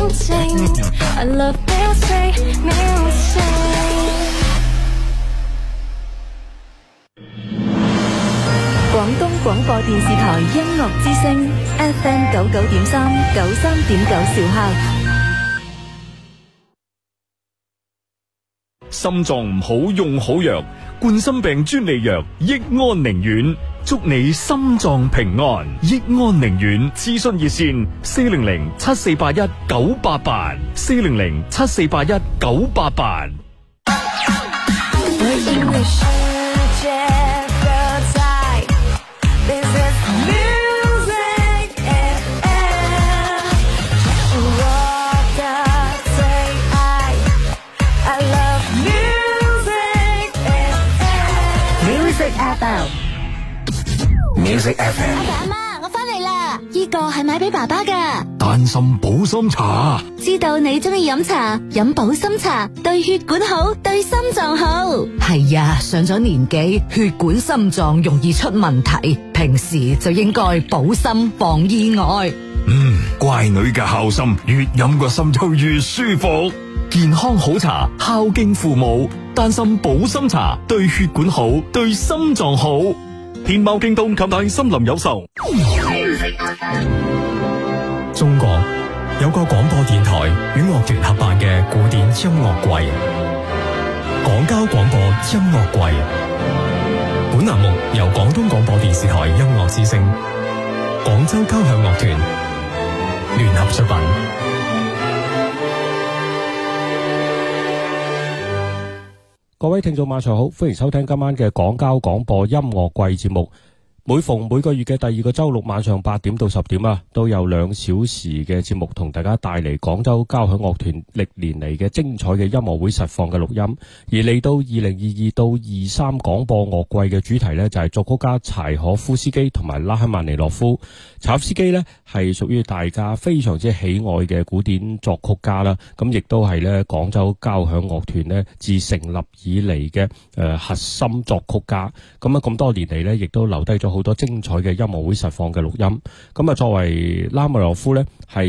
I love music, music。廣東廣播電視台音樂之聲 FM 99.3 93.9兆赫。 心臟唔好用好藥，冠心病專利藥益安寧丸，祝你心臟平安。益安寧丸諮詢熱線40074819884 40074819888。 Music FM。 阿爸阿媽，我翻嚟啦！呢個係買俾爸爸噶丹參保心茶。 知道你中意飲茶，飲保心茶對血管好，對心臟好。 係呀，上咗年紀，血管心臟容易出問題，平時就應該保心防意外。 乖女嘅孝心，越飲個心就越舒服。 健康好茶，孝敬父母。丹參保心茶對血管好，對心臟好。天貓京東及大森林有售。 中國有個廣播電台與樂團合辦嘅古典音樂季——廣交廣播音樂季。本欄目由廣東廣播電視台音樂之聲、廣州交響樂團聯合出品。 各位聽眾晚上好，歡迎收聽今晚嘅廣交廣播音樂季節目。每逢每個月嘅第二個周六晚上8點到10點啊，都有2小時嘅節目同大家帶嚟廣州交響樂團歷年嚟嘅精彩嘅音樂會實況嘅錄音。而嚟到2022到23廣播樂季嘅主題呢，就係作曲家柴可夫斯基同埋拉赫曼尼諾夫。柴可夫斯基呢係屬於大家非常之喜愛嘅古典作曲家啦，咁亦都係呢廣州交響樂團呢自成立以嚟嘅核心作曲家。咁多年嚟呢，亦都留低咗好多精彩嘅音樂會實況嘅錄音。作為拉赫曼尼諾夫呢，係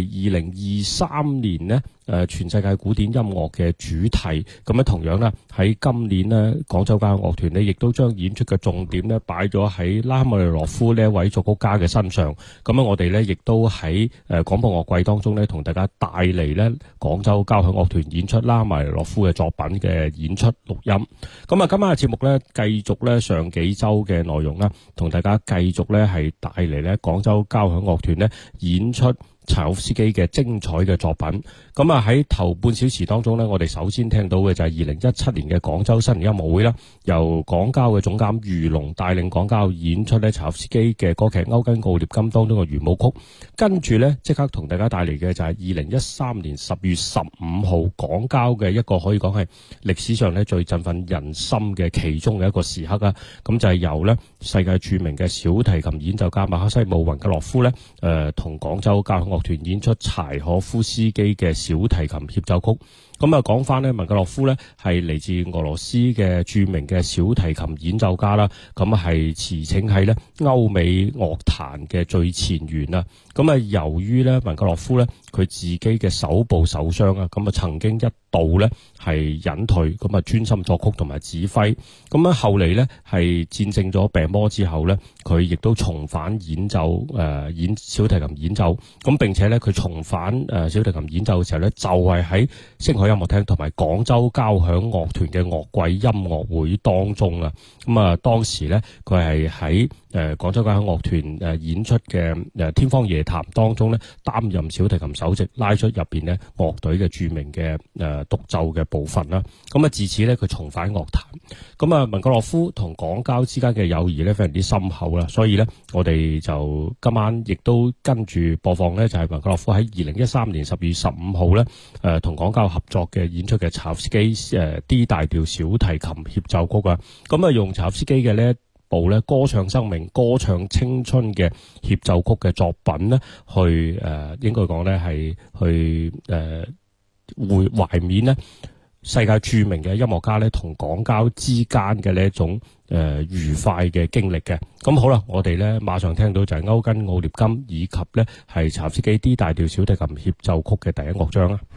2023年呢全世界古典音樂嘅主題。同樣呢，喺今年呢，廣州交響樂團呢亦都將演出嘅重點呢擺咗喺拉赫曼尼諾夫呢一位作曲家嘅身上。我哋呢亦都喺廣播樂季當中呢，同大家帶嚟呢廣州交響樂團演出拉赫曼尼諾夫嘅作品嘅演出錄音。今晚嘅節目呢，繼續呢上幾周嘅內容啦，同大家繼續呢係帶嚟呢廣州交響樂團呢演出柴可夫斯基嘅精彩嘅作品。喺頭半小時當中呢，我哋首先聽到嘅就係2017年嘅廣州新年音樂會啦，由廣交嘅總監余龍帶領廣交演出呢柴可夫斯基嘅歌劇《歐根奧涅金》當中嘅圓舞曲。跟住呢，即刻同大家帶嚟嘅就係2013年10月15號廣交嘅一個可以講係歷史上呢最振奮人心嘅其中嘅一個時刻啊！咁就係由呢世界著名嘅小提琴演奏家馬克西姆雲格洛夫呢同廣州交響樂團演出柴可夫斯基嘅小提琴協奏曲。講翻呢，文格洛夫呢係嚟自俄羅斯嘅著名嘅小提琴演奏家啦，係馳騁喺呢歐美樂壇嘅最前沿啦。由於呢文格洛夫呢佢自己嘅手部受傷啊，曾經一度呢係隱退，專心作曲同埋指揮。後嚟呢係戰勝咗病魔之後呢，佢亦都重返演奏演小提琴演奏。並且呢佢重返小提琴演奏嘅時候呢，就係喺星海音樂廳同埋廣州交響樂團嘅樂季音樂會當中啊。當時呢佢係喺廣州交響樂團演出嘅天方夜譚當中呢，擔任小提琴首席，拉出入邊呢樂隊嘅著名嘅獨奏嘅部分啦。自此呢佢重返樂壇。文格洛夫同廣交之間嘅友誼呢非常之深厚啦，所以呢我哋就今晚亦都跟住播放呢，就係文格洛夫喺2013年10月15號呢同廣交合作嘅演出嘅柴可夫斯基D 大調小提琴協奏曲啊。用柴可夫斯基嘅呢部咧歌唱生命、歌唱青春嘅協奏曲嘅作品咧，去應該講咧係去懷緬咧世界著名嘅音樂家咧同廣交之間嘅呢一種愉快嘅經歷嘅。咁好啦，我哋咧馬上聽到就係歐根奧涅金以及咧係柴可夫斯基 D 大調小提琴協奏曲嘅第一樂章啦。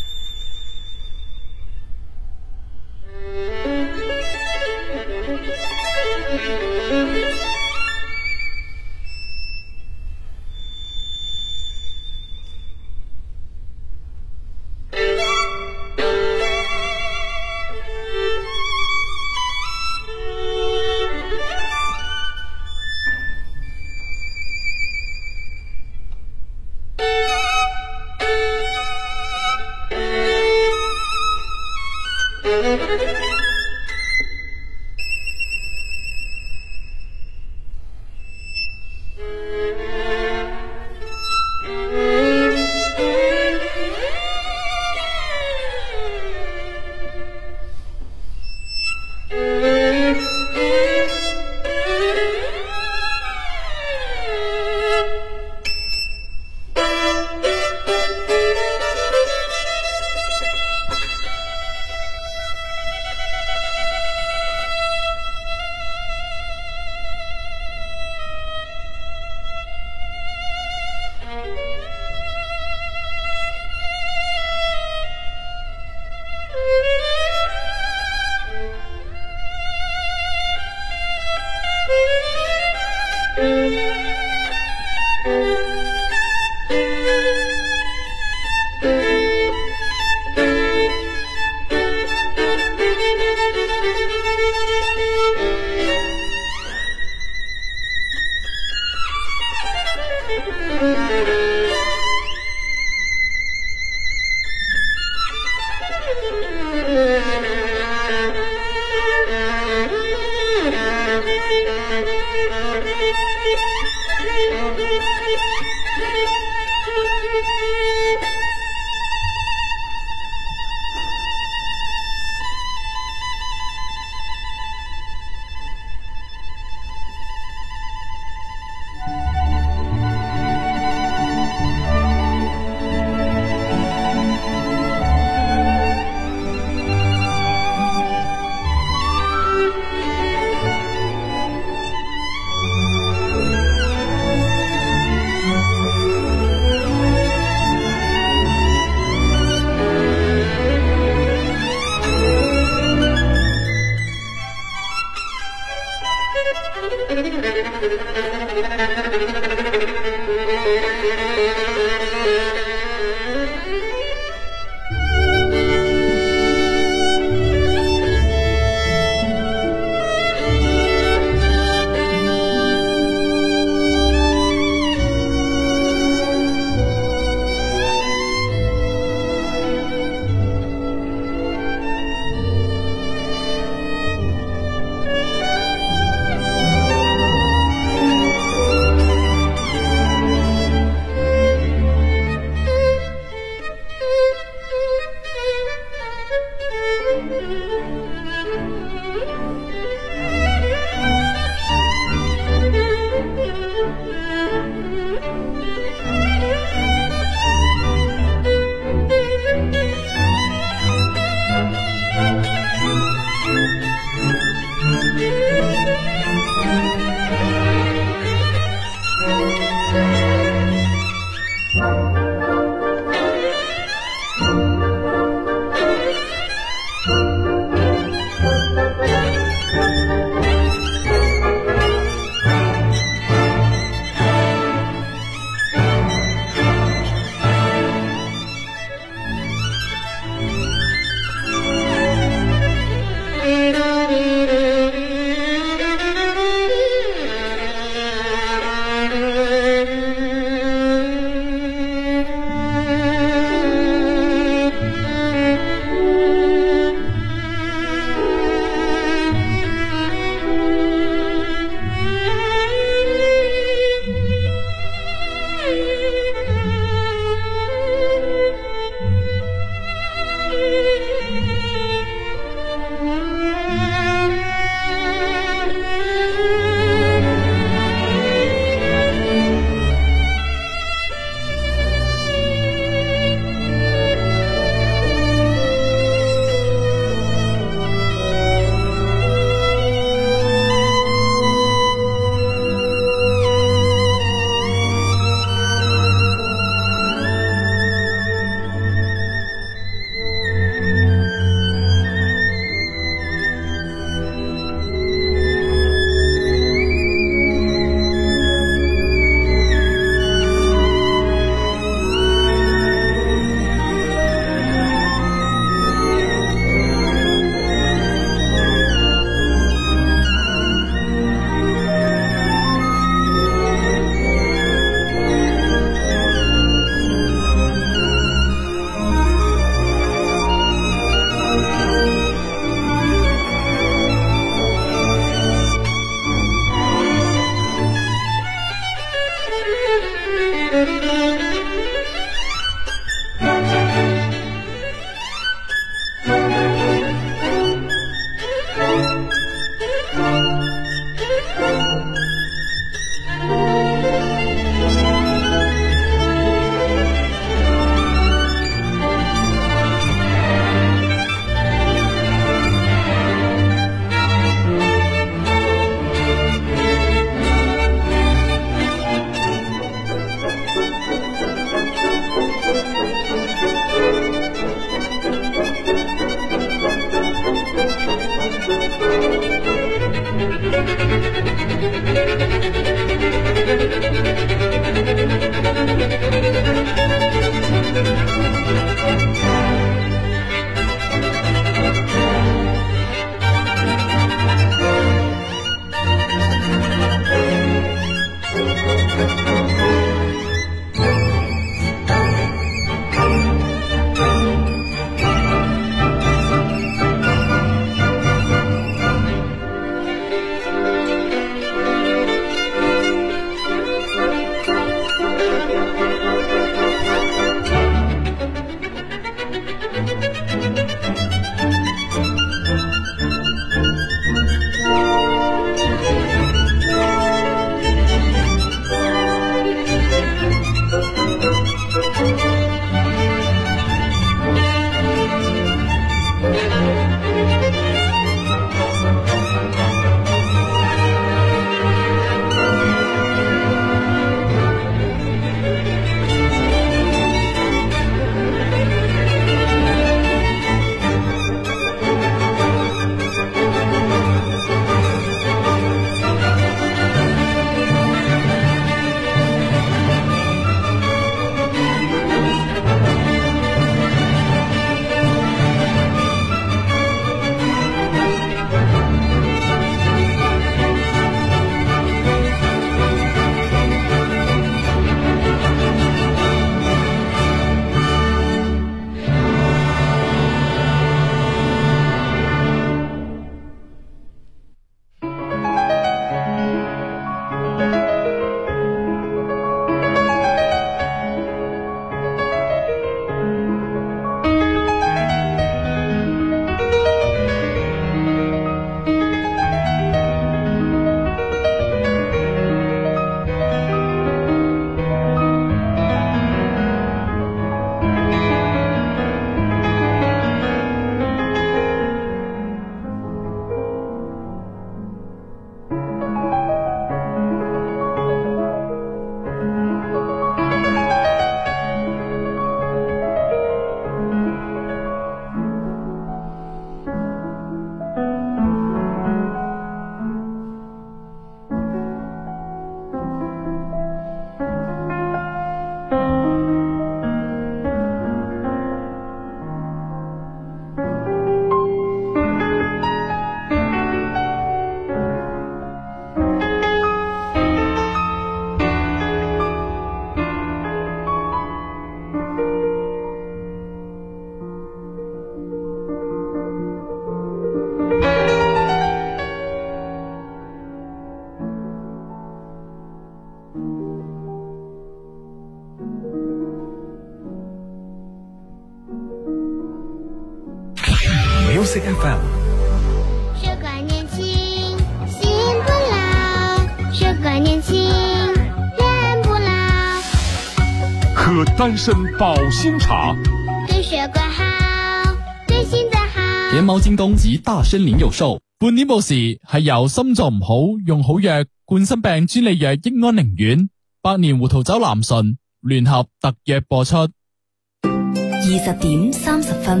Music FM。 血管年轻，心不老；血管年轻，人不老。 喝丹参保心茶， 对血管好，对心脏好。 天貓京東及大參林有售。半年報時係由心臟唔好用好藥冠心病專利藥益安寧丸、百年胡桃酒南醇聯合特約播出。 20點30分。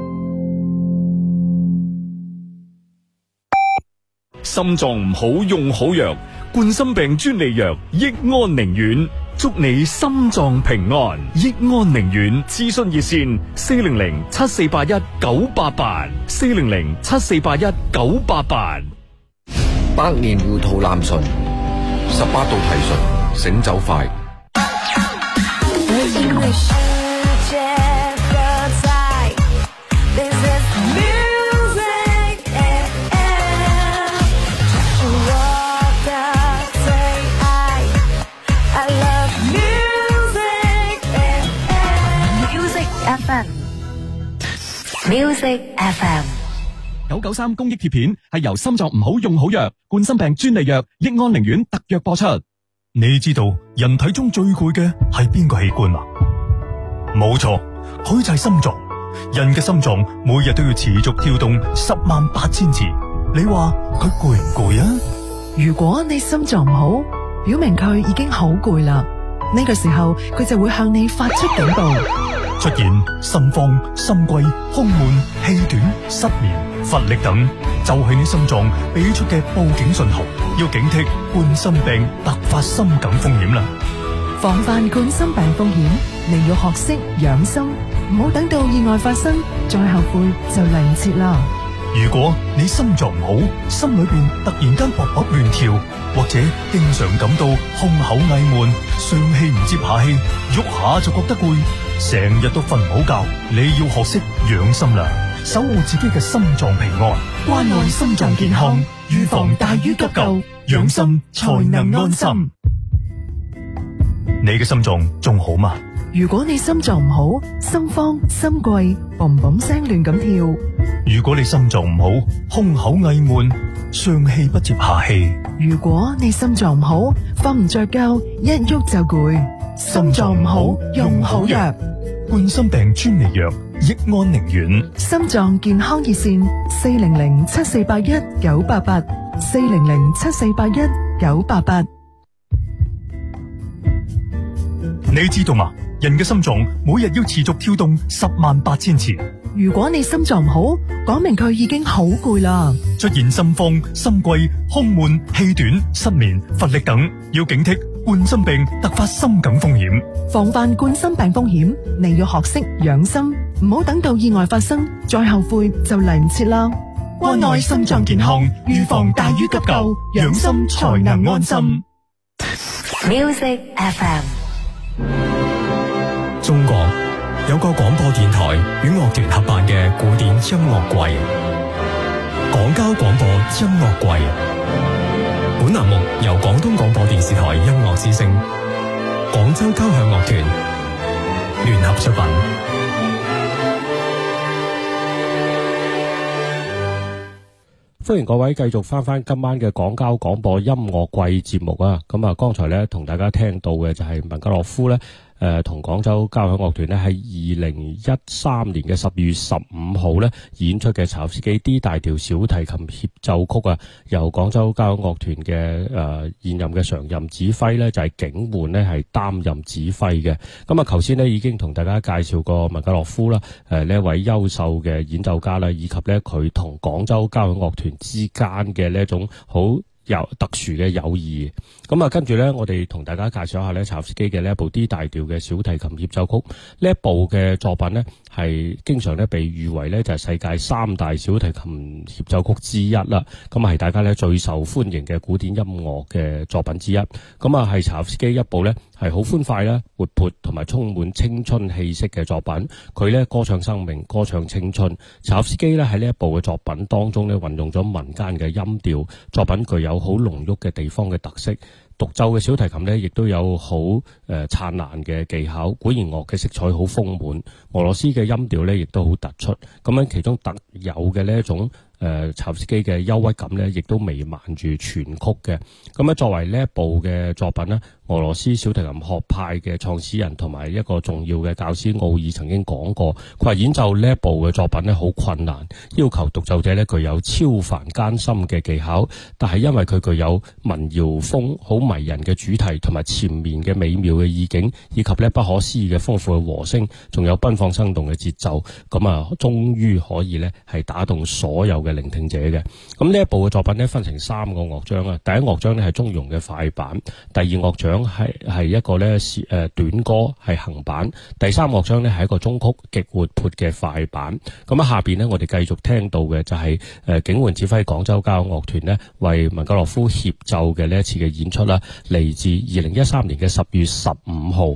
心臟唔好用好藥，冠心病專利藥益安寧丸，祝你心臟平安。益安寧丸諮詢熱線400-7481-988，400-7481-988。 百年胡桃南醇，18度提醇，醒酒快。 Music FM 993公益貼片係由心臟唔好用好藥冠心病專利藥益安寧丸特約播出。 你知道人體中最攰嘅係邊個器官嗎？冇錯，佢就係心臟。人嘅心臟每日都要持續跳動108000次，你話佢攰唔攰啊？ 如果你心臟唔好，表明佢已經好攰啦。呢個時候佢就會向你發出警報。 出現心慌、心悸、胸悶、氣短、失眠、乏力等，就係你心臟俾出嘅報警信號，要警惕冠心病突發心梗風險啦。 防範冠心病風險，你要學識養心，唔好等到意外發生再後悔就嚟唔切啦。 如果你心臟唔好，心裏邊突然間搏搏亂跳，或者經常感到胸口翳悶、上氣唔接下氣，喐下就覺得攰，成日都瞓唔好覺，你要學識養心啦，守護自己嘅心臟平安，關愛心臟健康，預防大於急救，養心才能安心。你嘅心臟仲好嗎？ 如果你心臟唔好，心慌心悸，嘣嘣聲亂咁跳； 如果你心臟唔好，胸口翳悶，上氣不接下氣； 如果你心臟唔好，瞓唔着覺，一喐就攰。心臟唔好用好藥， 冠心病專利藥益安寧丸。 心臟健康熱線400-7481-988，400-7481-988。 你知道嗎？人嘅心臟每日要持續跳動108000次。 如果你心臟唔好，講明佢已經好攰啦。 出現心慌、心悸、胸悶、氣短、失眠、乏力等，要警惕冠心病突發心梗風險。 防範冠心病風險，你要學識養心，唔好等到意外發生再後悔就嚟唔切啦。 關愛心臟健康，預防大於急救，養心才能安心。 Music FM。 中國有個廣播電台與樂團合辦嘅古典音樂季——廣交廣播音樂季。本欄目由廣東廣播電視台音樂之聲、廣州交響樂團聯合出品。 歡迎各位繼續翻今晚嘅廣交廣播音樂季節目啊！咁啊，剛才咧同大家聽到嘅就係文格洛夫咧。同廣州交響樂團咧喺2013年嘅12月15號咧演出嘅柴可夫斯基 D 大調小提琴協奏曲啊，由廣州交響樂團嘅現任嘅常任指揮咧就係景煥咧係擔任指揮嘅。咁啊，頭先咧已經同大家介紹過文格洛夫啦，呢一位優秀嘅演奏家啦，以及咧佢同廣州交響樂團之間嘅呢一種好有特殊嘅友誼。咁啊，跟住咧，我哋同大家介紹一下咧柴可夫斯基嘅呢一部 D 大調嘅小提琴協奏曲。呢一部嘅作品咧，係經常咧被譽為咧就係世界3大小提琴協奏曲之一啦。咁係大家咧最受歡迎嘅古典音樂嘅作品之一。咁啊，係柴可夫斯基一部咧係好歡快啦、活潑同埋充滿青春氣息嘅作品。佢咧歌唱生命、歌唱青春。柴可夫斯基咧喺呢一部嘅作品當中咧運用咗民間嘅音調，作品具有好濃郁嘅地方嘅特色。 獨奏嘅小提琴呢，亦都有好燦爛嘅技巧，管弦樂嘅色彩好豐滿，俄羅斯嘅音調呢亦都好突出。咁樣其中特有嘅呢一種柴可夫斯基嘅憂鬱感呢，亦都彌漫住全曲嘅。咁樣作為呢一部嘅作品呢，俄羅斯小提琴學派嘅創始人同埋一個重要嘅教師奧爾曾經講過，佢話演奏呢一部嘅作品呢好困難，要求獨奏者呢具有超凡艱深嘅技巧，但係因為佢具有民謠風好迷人嘅主題同埋纏綿嘅美妙嘅意境，以及呢不可思議嘅豐富嘅和聲，仲有奔放生動嘅節奏，咁啊終於可以呢係打動所有嘅聆聽者嘅。咁呢一部嘅作品呢，分成3個樂章啊，第一樂章呢係中庸嘅快板，第二樂章係一個呢短歌係行板，第3樂章呢係一個中曲極活潑嘅快板。咁下邊呢，我哋繼續聽到嘅就係景桓指揮廣州交響樂團呢為文格洛夫協奏嘅呢一次嘅演出啦，嚟自2013年嘅10月15號。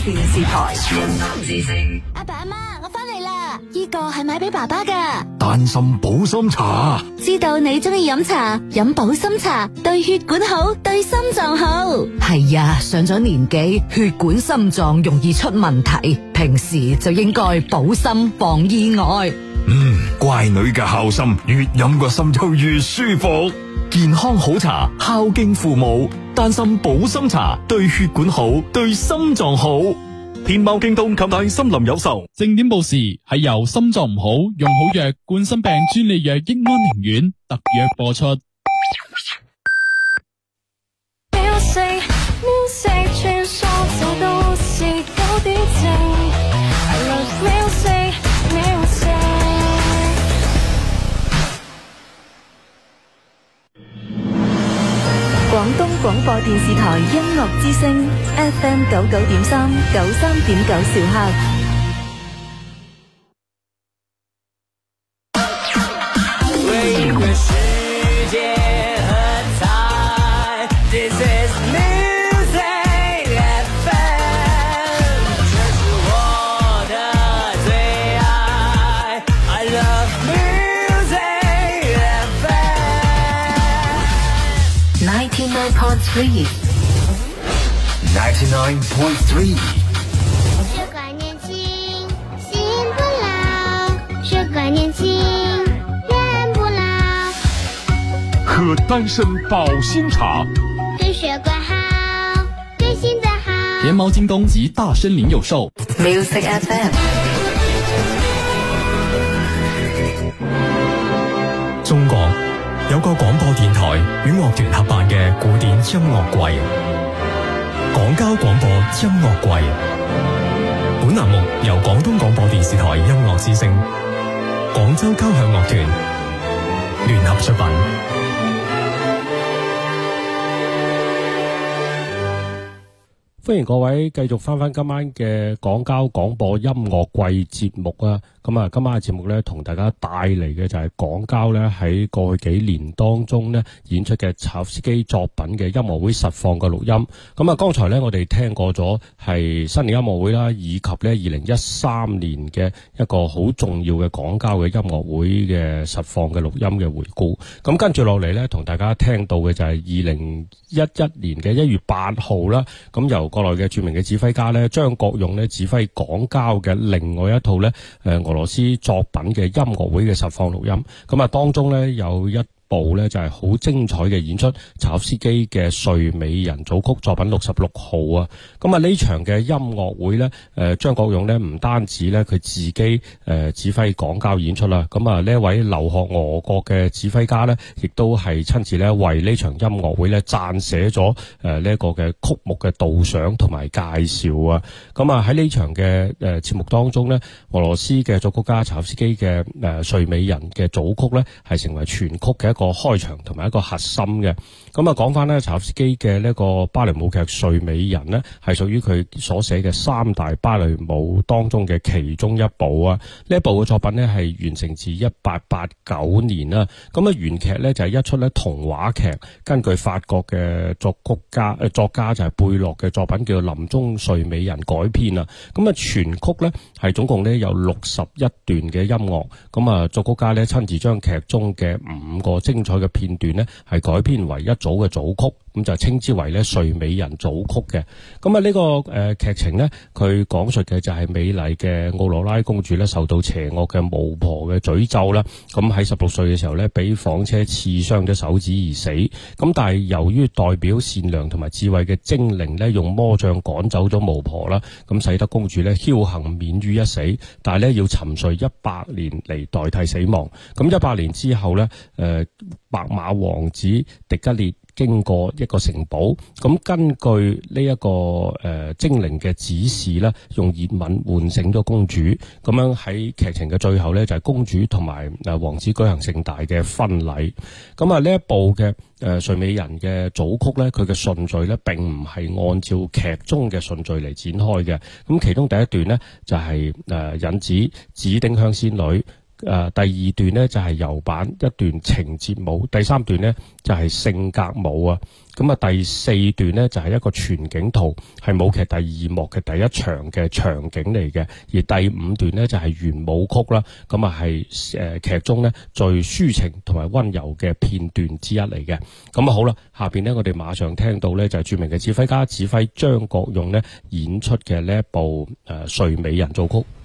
電視台音樂之聲。 阿爸阿媽，我翻嚟啦！呢個係買俾爸爸噶。 丹參保心茶， 知道你中意飲茶，飲保心茶對血管好，對心臟好。 係呀，上咗年紀，血管心臟容易出問題，平時就應該保心防意外。 乖女嘅孝心，越飲個心就越舒服。 健康好茶，孝敬父母。丹參保心茶對血管好，對心臟好。天貓京東及大森林有售。 正點報時係由心臟唔好用好藥冠心病專利藥益安寧丸特約播出。 穿梭這都是9點正。I love music, music。 廣東廣播電視台音樂之聲 FM 99.3 93.9兆赫。 为一个世界喝彩 This is music FM， 这是我的最爱 I love music FM 99.3 99.3。 血管年轻，心不老；血管年轻，人不老。 喝丹参保心茶， 对血管好，对心脏好。 天猫京東及大森林有售。 Music FM。 中國有個廣播電台與樂團合辦嘅古典音樂季——廣交廣播音樂季。本欄目由廣東廣播電視台音樂之聲、廣州交響樂團聯合出品。 歡迎各位繼續翻今晚嘅廣交廣播音樂季節目啊！咁啊，今晚嘅節目咧，同大家帶嚟嘅就係廣交咧喺過去幾年當中咧演出嘅柴可夫斯基作品嘅音樂會實況嘅錄音。咁啊，剛才咧我哋聽過咗係新年音樂會啦，以及咧2013年嘅一個好重要嘅廣交嘅音樂會嘅實況嘅錄音嘅回顧。咁跟住落嚟咧，同大家聽到嘅就係2011年嘅1月8號啦。咁由國內嘅著名嘅指揮家咧張國勇咧指揮廣交嘅另外一套咧俄羅斯作品嘅音樂會嘅實況錄音，咁啊當中咧有一部咧就係好精彩嘅演出，柴可夫斯基嘅睡美人組曲作品66號啊！咁啊呢場嘅音樂會咧，張國勇咧唔單止咧佢自己指揮廣交演出啦，咁啊呢一位留學俄國嘅指揮家咧，亦都係親自咧為呢場音樂會咧撰寫咗呢一個嘅曲目嘅導賞同埋介紹啊！咁啊喺呢場嘅節目當中咧，俄羅斯嘅作曲家柴可夫斯基嘅睡美人嘅組曲咧係成為全曲嘅一個開場同埋一個核心嘅。咁啊講翻咧柴可夫斯基嘅呢個芭蕾舞劇《睡美人》呢係屬於佢所寫嘅3大芭蕾舞當中嘅其中一部啊。呢一部嘅作品呢係完成自1889年啦。咁啊原劇呢就係一出咧童話劇，根據法國嘅作家就係貝洛嘅作品叫做《林中睡美人》改編啊。咁啊全曲呢係總共呢有61段嘅音樂。咁啊作曲家呢親自將劇中嘅5個精彩嘅片段呢係改編為一組嘅組曲，咁就稱之為咧睡美人組曲嘅。咁啊呢個劇情呢，佢講述嘅就係美麗嘅奧羅拉公主咧受到邪惡嘅巫婆嘅詛咒啦，咁喺16歲嘅時候咧俾房車刺傷咗手指而死。咁但係由於代表善良同埋智慧嘅精靈咧用魔杖趕走咗巫婆啦，咁使得公主咧僥倖免於一死，但係咧要沉睡100年嚟代替死亡。咁100年之後咧，白馬王子狄吉列經過一個城堡，咁根據呢一個精靈嘅指示咧，用熱吻喚醒咗公主，咁樣喺劇情嘅最後咧就係公主同埋王子舉行盛大嘅婚禮。咁啊呢一部嘅睡美人嘅組曲咧，佢嘅順序咧並唔係按照劇中嘅順序嚟展開嘅。咁其中第一段咧就係引子紫丁香仙女。 第二段呢就係柔板一段情節舞，第三段呢就係性格舞啊。咁啊，第四段呢就係一個全景圖，係舞劇第二幕嘅第一場嘅場景嚟嘅。而第五段呢就係圓舞曲啦，咁啊係劇中呢最抒情同埋溫柔嘅片段之一嚟嘅。咁啊好啦，下邊呢我哋馬上聽到呢就係著名嘅指揮家指揮張國勇呢演出嘅呢一部睡美人造曲。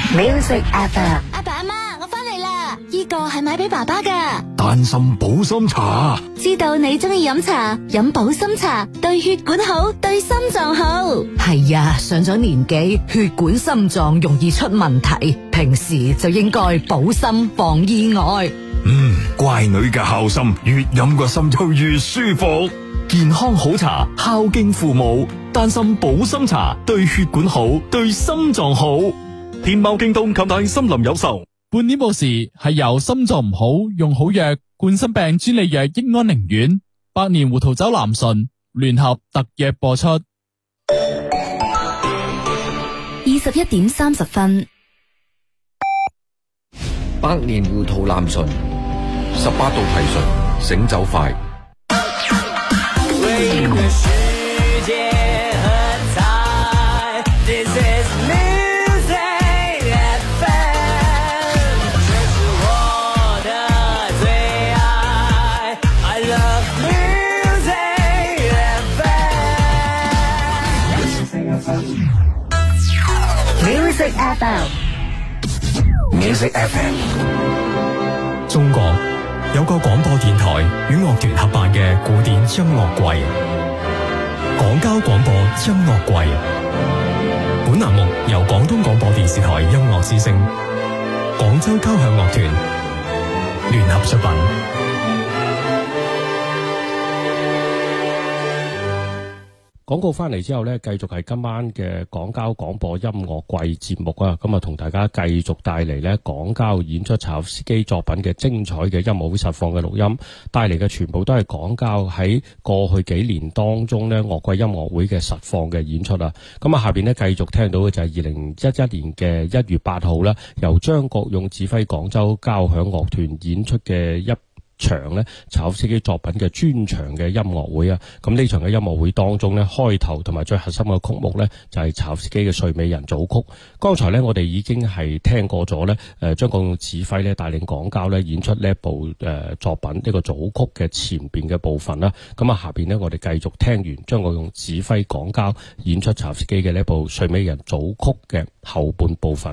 Music FM。 阿爸阿媽，我翻嚟啦！呢個係買俾爸爸噶。 丹參保心茶， 知道你中意飲茶，飲保心茶對血管好，對心臟好。 係啊，上咗年紀，血管心臟容易出問題，平時就應該保心防意外。 乖女嘅孝心，越飲個心就越舒服。 健康好茶，孝敬父母。丹參保心茶對血管好，對心臟好。天貓、京東、及大森林有售。 半年報時係由心臟唔好用好藥冠心病專利藥益安寧丸、百年胡桃酒南醇聯合特約播出。 21:30。 百年胡桃南醇，18度提醇，醒酒快。 为了世界喝彩 ，This is Music FM， 这是我的最爱 ，I love Music FM。 Music FM。 中國有個廣播電台與樂團合辦嘅古典音樂季——廣交廣播音樂季。本欄目由廣東廣播電視台音樂之聲、廣州交響樂團聯合出品。 廣告翻嚟之後呢，繼續係今晚嘅廣交廣播音樂季節目啊！咁啊，同大家繼續帶嚟呢廣交演出柴可夫斯基作品嘅精彩嘅音樂會實況嘅錄音，帶嚟嘅全部都係廣交喺過去幾年當中呢樂季音樂會嘅實況嘅演出啊！咁啊，下邊呢繼續聽到嘅就係2011年嘅1月8號啦，由張國勇指揮廣州交響樂團演出嘅一場呢柴可夫斯基作品嘅專場嘅音樂會啊，咁呢場嘅音樂會當中呢，開頭同埋最核心嘅曲目呢，就係柴可夫斯基嘅《睡美人》組曲。剛才呢，我哋已經係聽過咗呢張國勇指揮呢帶領廣交呢演出呢一部作品呢個組曲嘅前邊嘅部分啦。咁啊，下邊呢，我哋繼續聽完張國勇指揮廣交演出柴可夫斯基嘅呢部《睡美人》組曲嘅後半部分。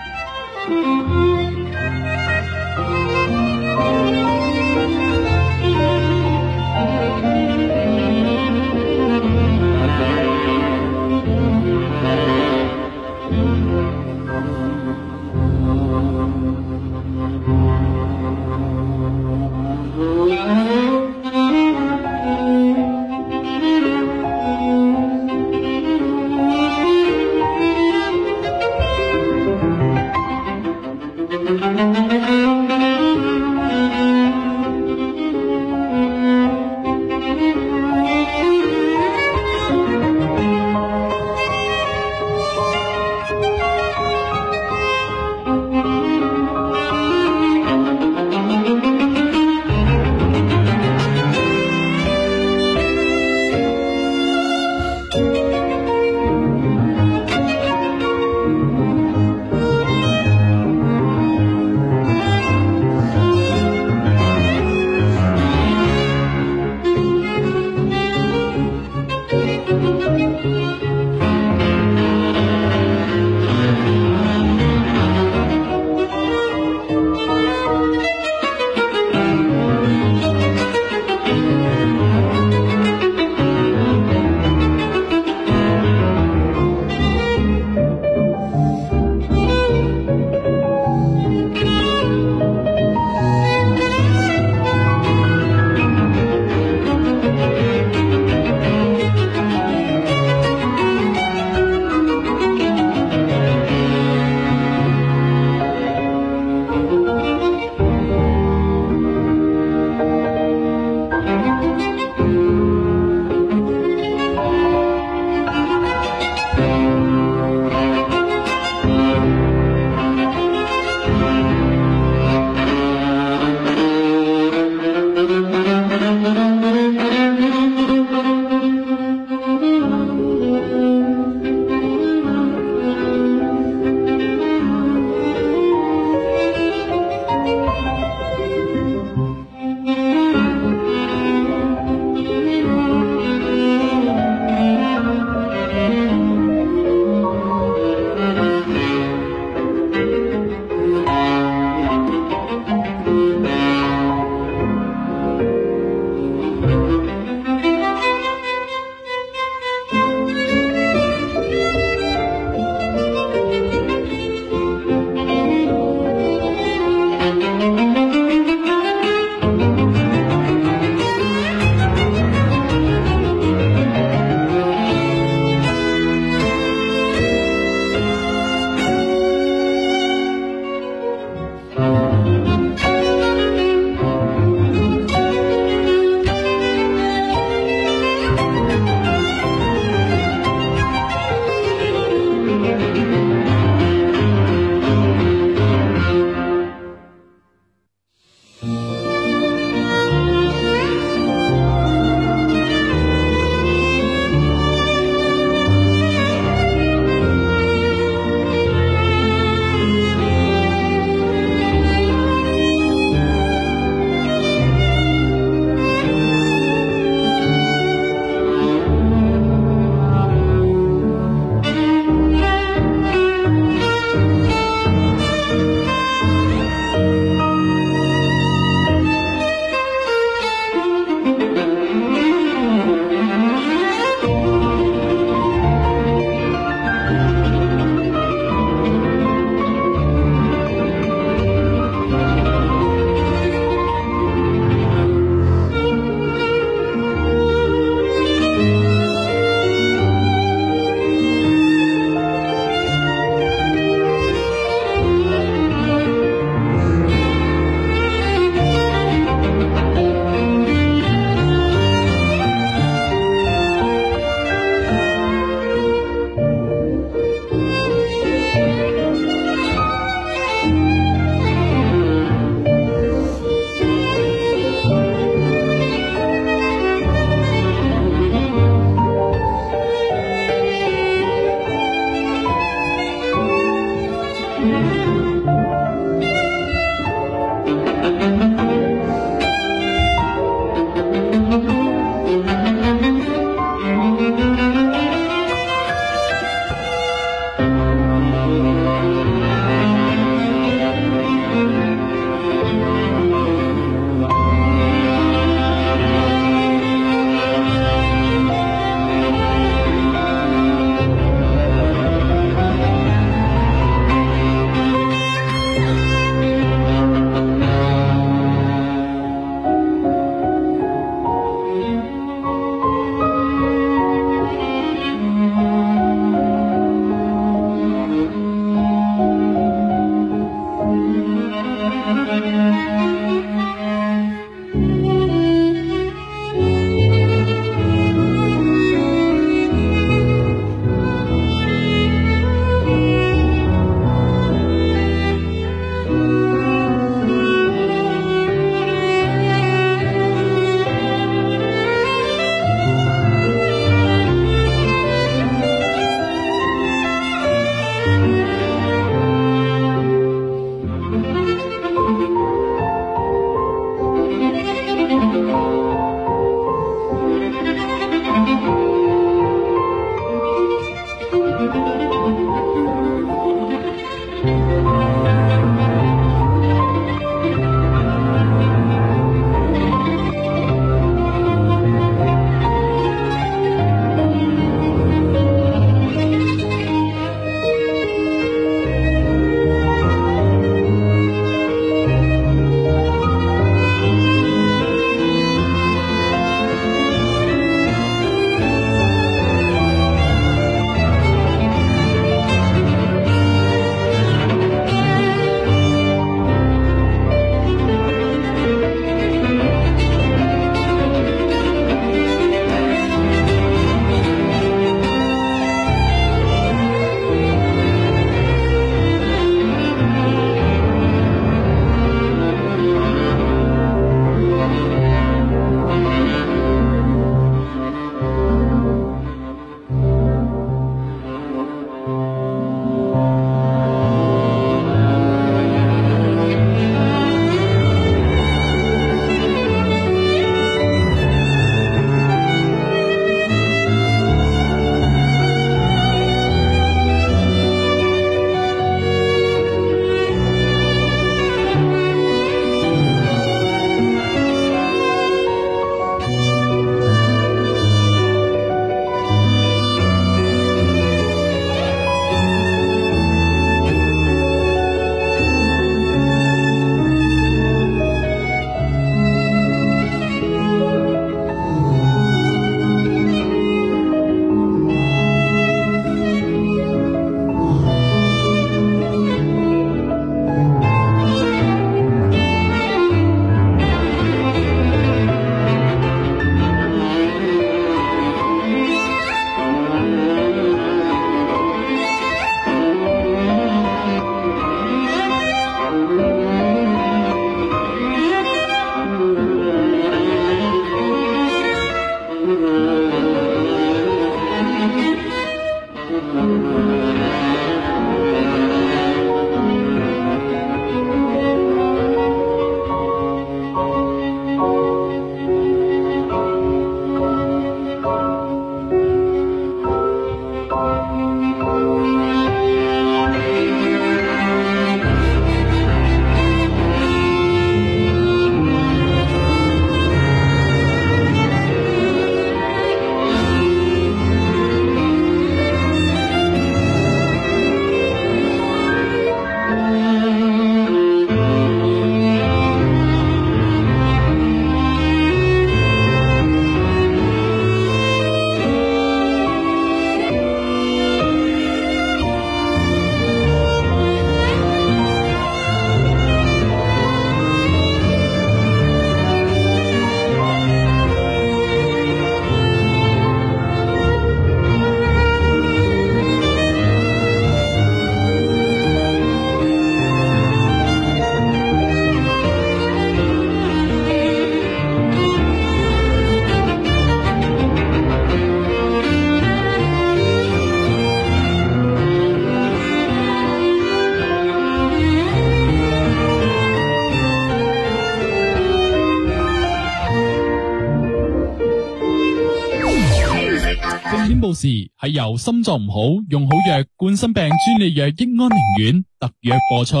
報時係由心臟唔好用好藥冠心病專利藥益安寧丸特約播出。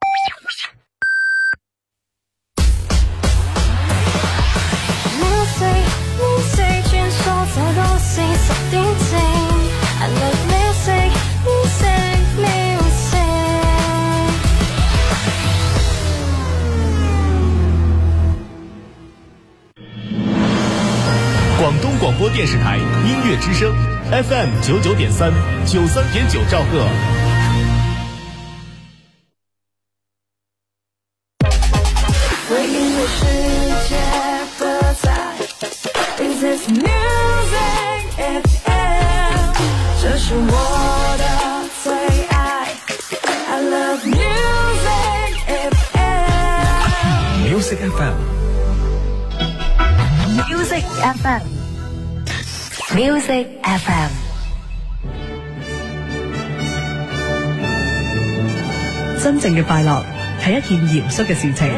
廣東廣播電視台音樂之聲 FM 99.3 93.9兆赫。 为音乐世界喝彩 This is Music FM， 这是我的最爱 I love Music FM Music FM Music FM Music FM 真正嘅快樂係一件嚴肅嘅事情。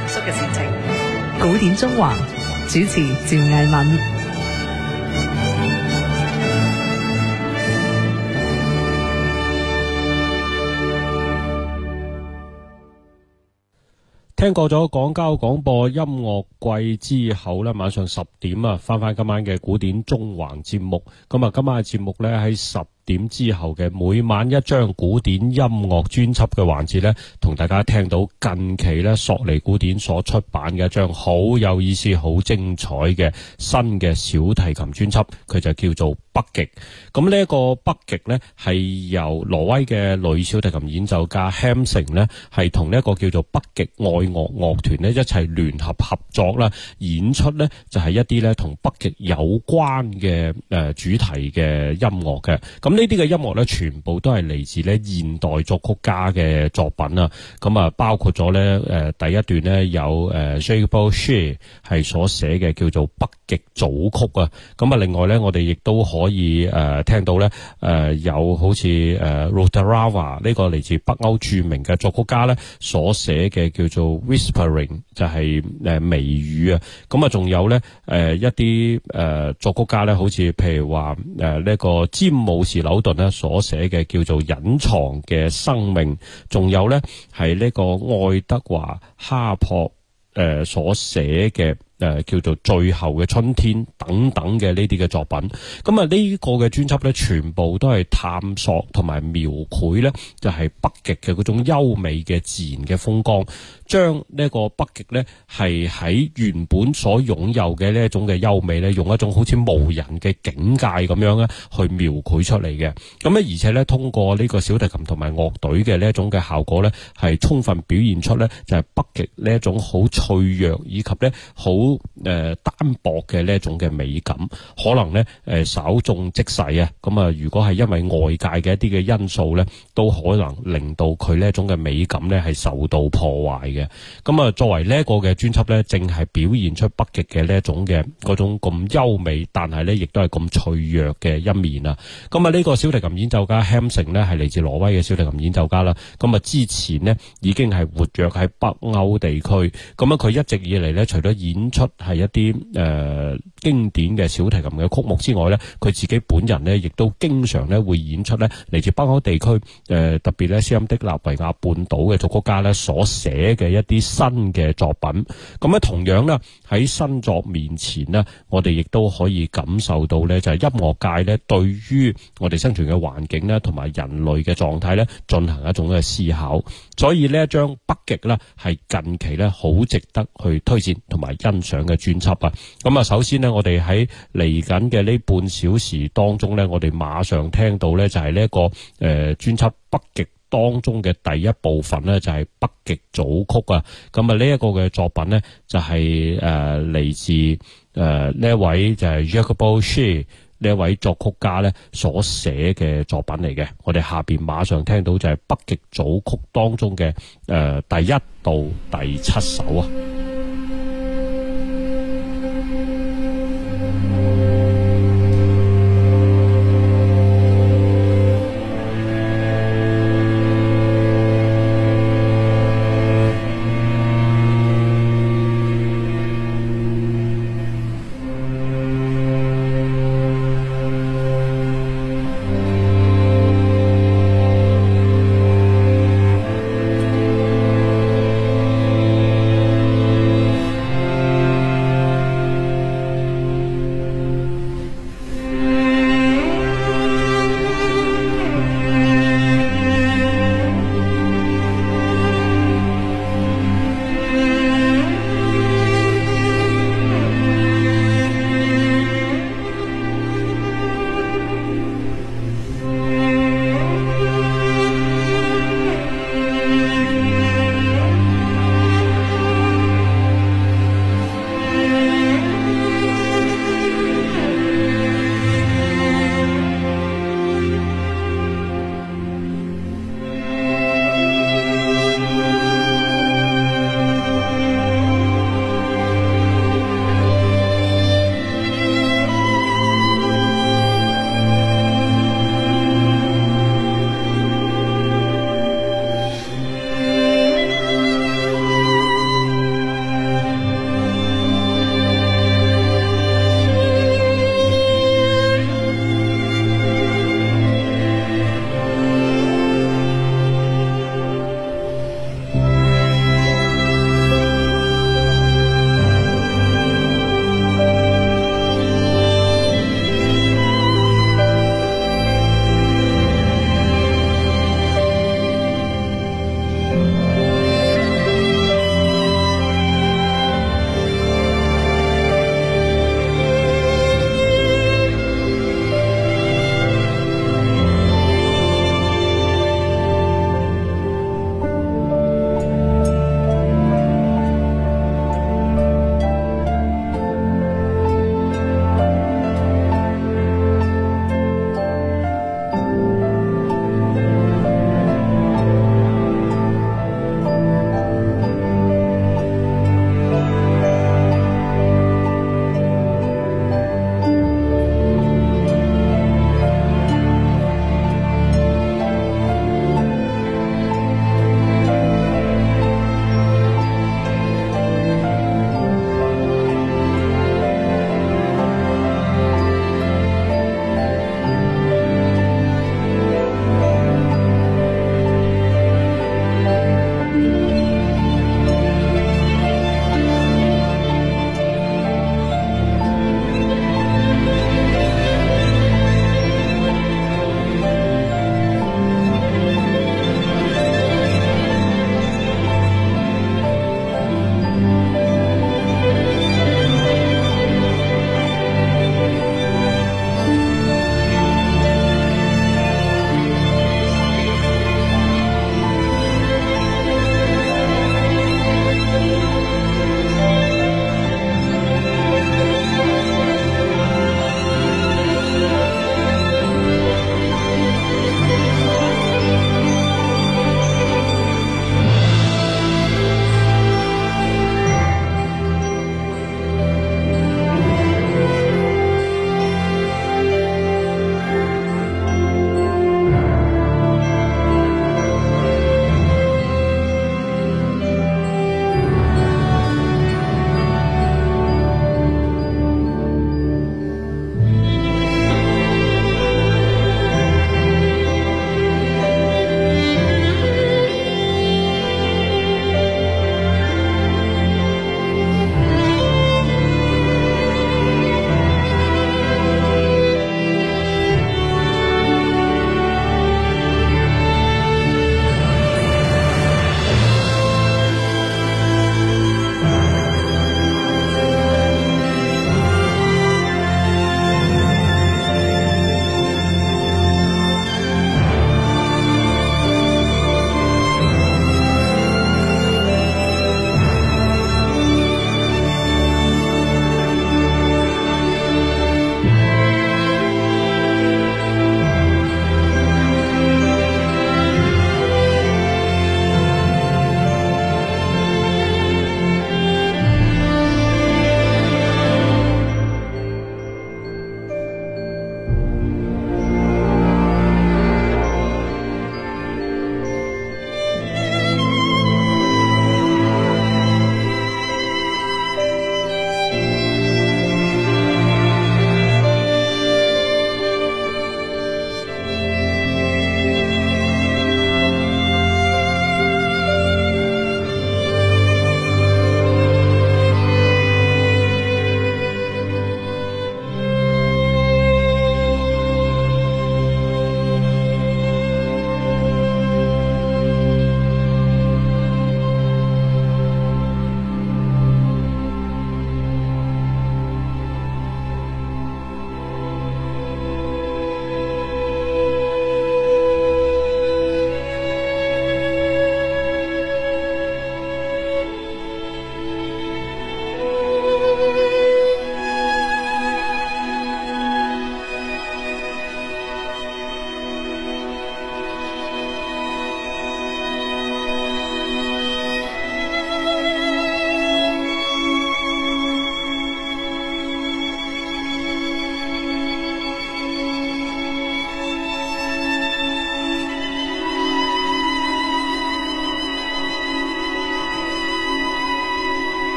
古典縱橫主持趙藝敏。 聽過咗廣交廣播音樂季之後呢，晚上10點啊，翻今晚嘅古典縱橫節目。咁啊，今晚嘅節目呢，喺10點之後嘅每晚一張古典音樂專輯嘅環節呢，同大家聽到近期呢索尼古典所出版嘅一張好有意思、好精彩嘅新嘅小提琴專輯，佢就叫做北極。咁呢一個北極呢，係由挪威嘅女小提琴演奏家 Hamsing 呢，係同呢一個叫做北極愛樂樂團呢一齊聯合合作啦，演出呢就係一啲呢同北極有關嘅主題嘅音樂嘅。咁呢啲嘅音樂咧，全部都係嚟自咧現代作曲家嘅作品啊！咁啊，包括咗咧第一段咧有Jacques Boucher 係所寫嘅叫做北極組曲啊！咁啊，另外咧我哋亦都可以聽到咧有好似Rotarava 呢個嚟自北歐著名嘅作曲家咧所寫嘅叫做 Whispering 就係微語啊！咁啊，仲有咧一啲作曲家咧，好似譬如話呢個詹姆士紐頓咧所寫嘅叫做隱藏嘅生命，仲有咧係呢個愛德華哈珀所寫嘅叫做最後嘅春天等等嘅呢啲嘅作品。咁啊呢個嘅專輯咧全部都係探索同埋描繪咧就係北極嘅嗰種優美嘅自然嘅風光，將呢個北極咧係喺原本所擁有嘅呢一種嘅優美咧，用一種好似無人嘅境界咁樣咧去描繪出嚟嘅。咁咧而且咧通過呢個小提琴同埋樂隊嘅呢一種嘅效果咧，係充分表現出咧就係北極呢一種好脆弱以及咧好單薄嘅呢一種嘅美感。可能咧稍縱即逝啊！咁啊，如果係因為外界嘅一啲嘅因素咧，都可能令到佢呢一種嘅美感咧係受到破壞嘅。咁啊，作為呢一個嘅專輯咧，正係表現出北極嘅呢一種嘅嗰種咁優美，但係咧亦都係咁脆弱嘅一面啊！咁啊，呢個小提琴演奏家 Hamsing 咧係嚟自挪威嘅小提琴演奏家啦。咁啊，之前咧已經係活躍喺北歐地區。咁啊，佢一直以嚟咧，除咗演出係一啲經典嘅小提琴嘅曲目之外咧，佢自己本人咧亦都經常咧會演出咧嚟自北歐地區特別咧斯堪的納維亞半島嘅作曲家咧所寫嘅一啲新嘅作品。咁咧同樣咧喺新作面前咧，我哋亦都可以感受到咧就係音樂界咧對於我哋生存嘅環境咧同埋人類嘅狀態咧進行一種嘅思考。所以呢一張北極咧係近期咧好值得去推薦同埋欣賞嘅專輯啊！咁啊，首先呢，我哋喺嚟緊嘅呢半小時當中呢，我哋馬上聽到呢就係呢一個專輯北極當中嘅第一部分呢，就係北極組曲啊！咁啊，呢一個嘅作品呢，就係嚟自呢一位就係 Jacques Boucher呢一位作曲家咧所寫嘅作品嚟嘅。我哋下邊馬上聽到就係北極組曲當中嘅第一到第7首啊。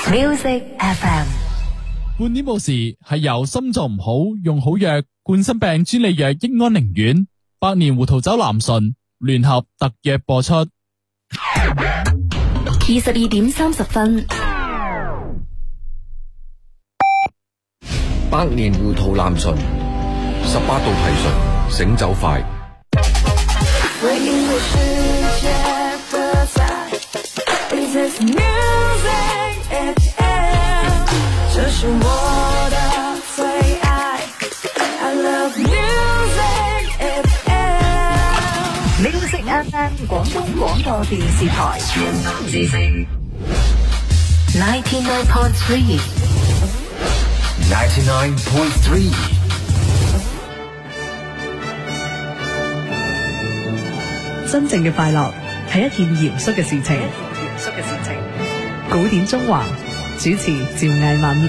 Music FM。 半點報時係由心臟唔好用好藥冠心病專利藥益安寧丸、百年胡桃酒南醇聯合特約播出。 22:30。 百年胡桃南醇，18度提醇，醒酒快。 为因为世界喝彩 ，This is music FM， 这是我的最爱 ，I love music FM。Music FM 廣東廣播電視台，音樂之聲99.3。 99.3。 真正嘅快樂係一件嚴肅嘅事情。古典縱橫主持趙藝敏。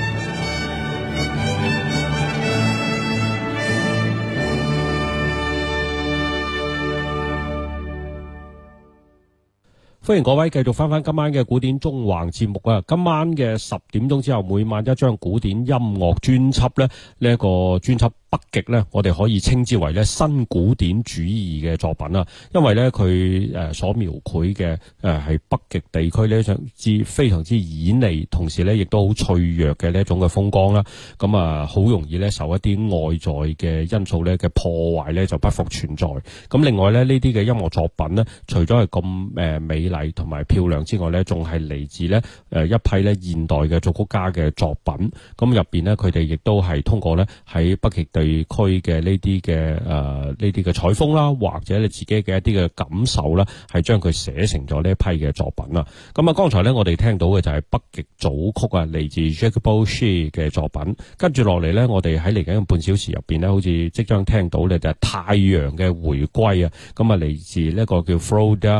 歡迎各位繼續翻今晚嘅古典縱橫節目啊！今晚嘅10點鐘之後，每晚一張古典音樂專輯呢，呢一個專輯北極呢，我哋可以稱之為呢新古典主義嘅作品啦。因為呢，佢所描繪嘅係北極地區呢非常之旖旎，同時呢亦都好脆弱嘅呢一種嘅風光啦。咁啊，好容易呢受一啲外在嘅因素呢嘅破壞呢就不復存在。咁另外呢，呢啲嘅音樂作品呢，除咗係咁美麗同埋漂亮之外呢，仲係嚟自呢一批呢現代嘅作曲家嘅作品。咁入邊呢，佢哋亦都係通過呢喺北極地區嘅呢啲嘅採風啦，或者你自己嘅一啲嘅感受啦，係將佢寫成咗呢一批嘅作品啦。咁啊，剛才呢，我哋聽到嘅就係北極組曲啊，嚟自 Jacques Boucher 嘅作品。跟住落嚟呢，我哋喺嚟緊嘅半小時入邊呢，好似即將聽到呢就係太陽嘅回歸啊。咁啊，嚟自呢個叫 Frode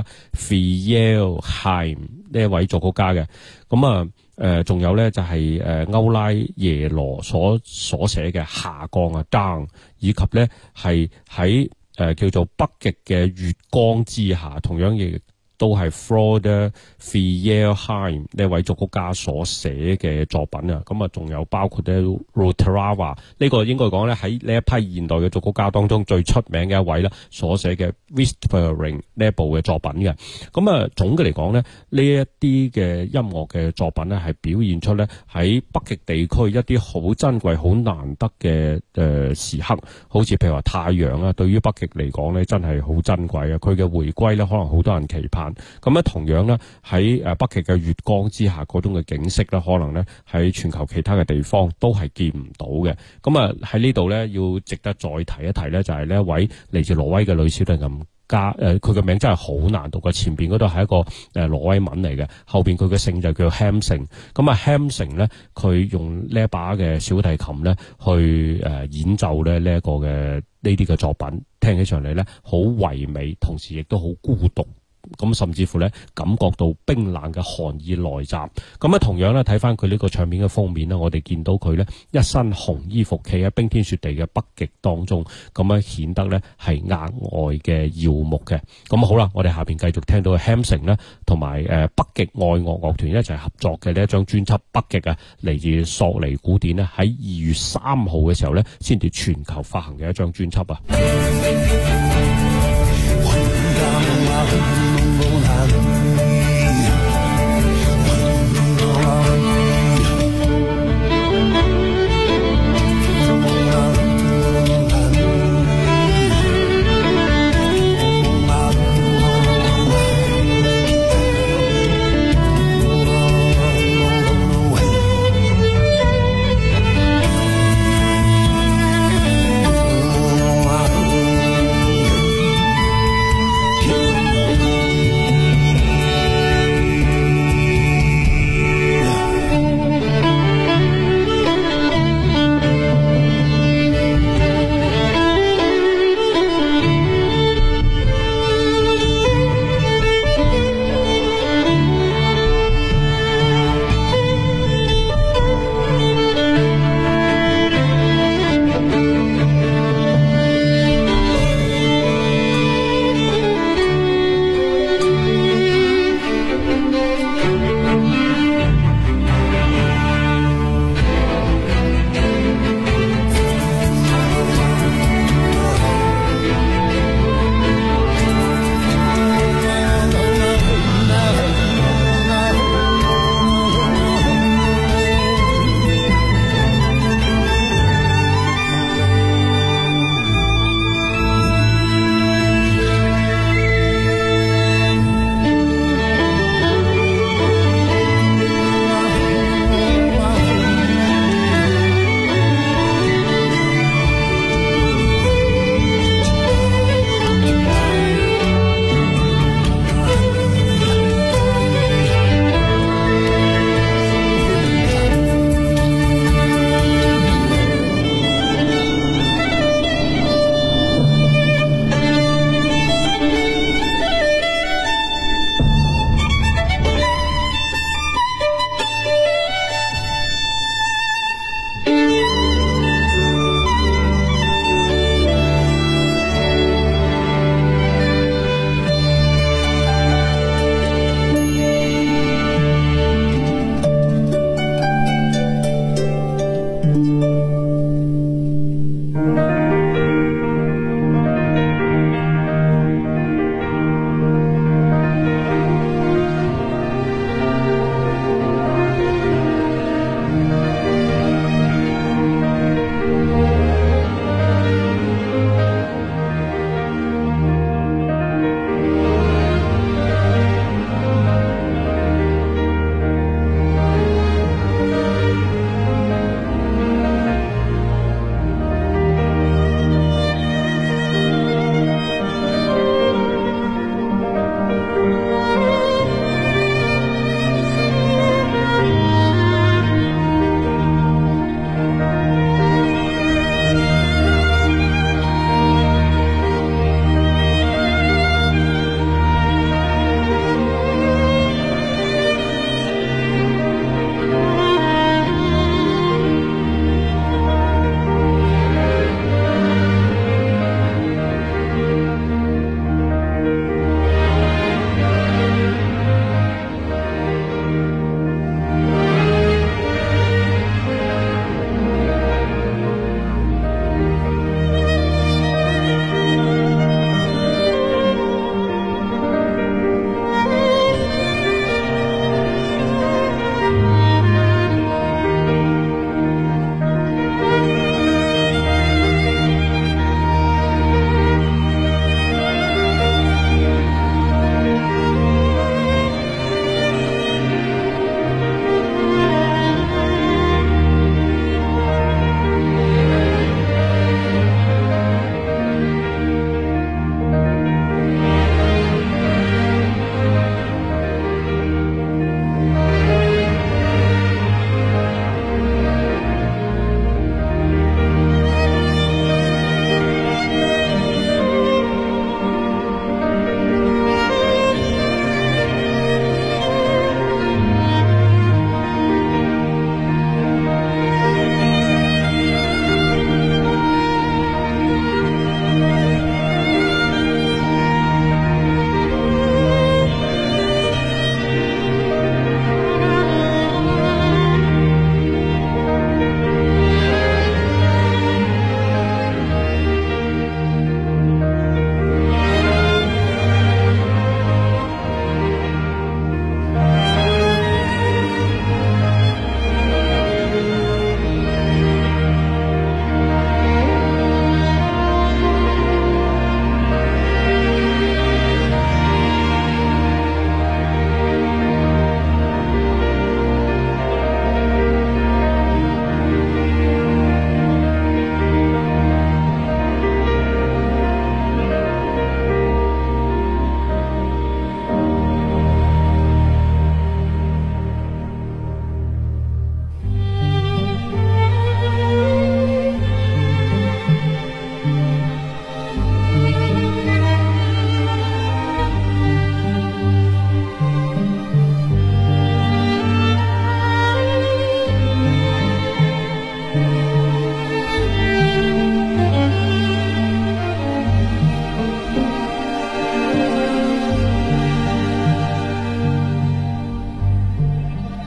Fjellheim 呢一位作曲家嘅。咁啊，仲有咧就係歐拉耶羅所寫嘅下降啊 down， 以及咧係喺叫做北極嘅月光之下，同樣亦都係 Frode Fjellheim 呢位作曲家所寫嘅作品啊。咁啊，仲有包括咧 Rotorava 呢個應該講咧喺呢一批現代嘅作曲家當中最出名嘅一位啦，所寫嘅 Whispering 呢一部嘅作品嘅。咁啊，總嘅嚟講咧，呢一啲嘅音樂嘅作品咧，係表現出咧喺北極地區一啲好珍貴、好難得嘅時刻，好似譬如話太陽啊，對於北極嚟講咧，真係好珍貴啊！佢嘅回歸咧，可能好多人期盼。咁咧，同樣咧喺北極嘅月光之下嗰種嘅景色咧，可能咧喺全球其他嘅地方都係見唔到嘅。咁啊，喺呢度咧要值得再提一提咧，就係呢一位嚟自挪威嘅女小提琴家，佢嘅名真係好難讀嘅。前邊嗰度係一個挪威文嚟嘅，後邊佢嘅姓就叫 Hamsing。咁啊 Hamsing 咧，佢用呢一把嘅小提琴咧去演奏咧呢一個嘅呢啲嘅作品，聽起上嚟咧好唯美，同時亦都好孤獨。咁甚至乎咧，感覺到冰冷嘅寒意來襲。咁啊，同樣咧睇翻佢呢個唱片嘅封面咧，我哋見到佢咧一身紅衣服企喺冰天雪地嘅北極當中，咁樣顯得咧係額外嘅耀目嘅。咁好啦，我哋下邊繼續聽到嘅 Hamsing 咧，同埋北極愛樂樂團一齊合作嘅呢一張專輯《北極》啊，嚟自索尼古典咧，喺2月3號嘅時候咧，先至全球發行嘅一張專輯啊。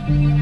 你。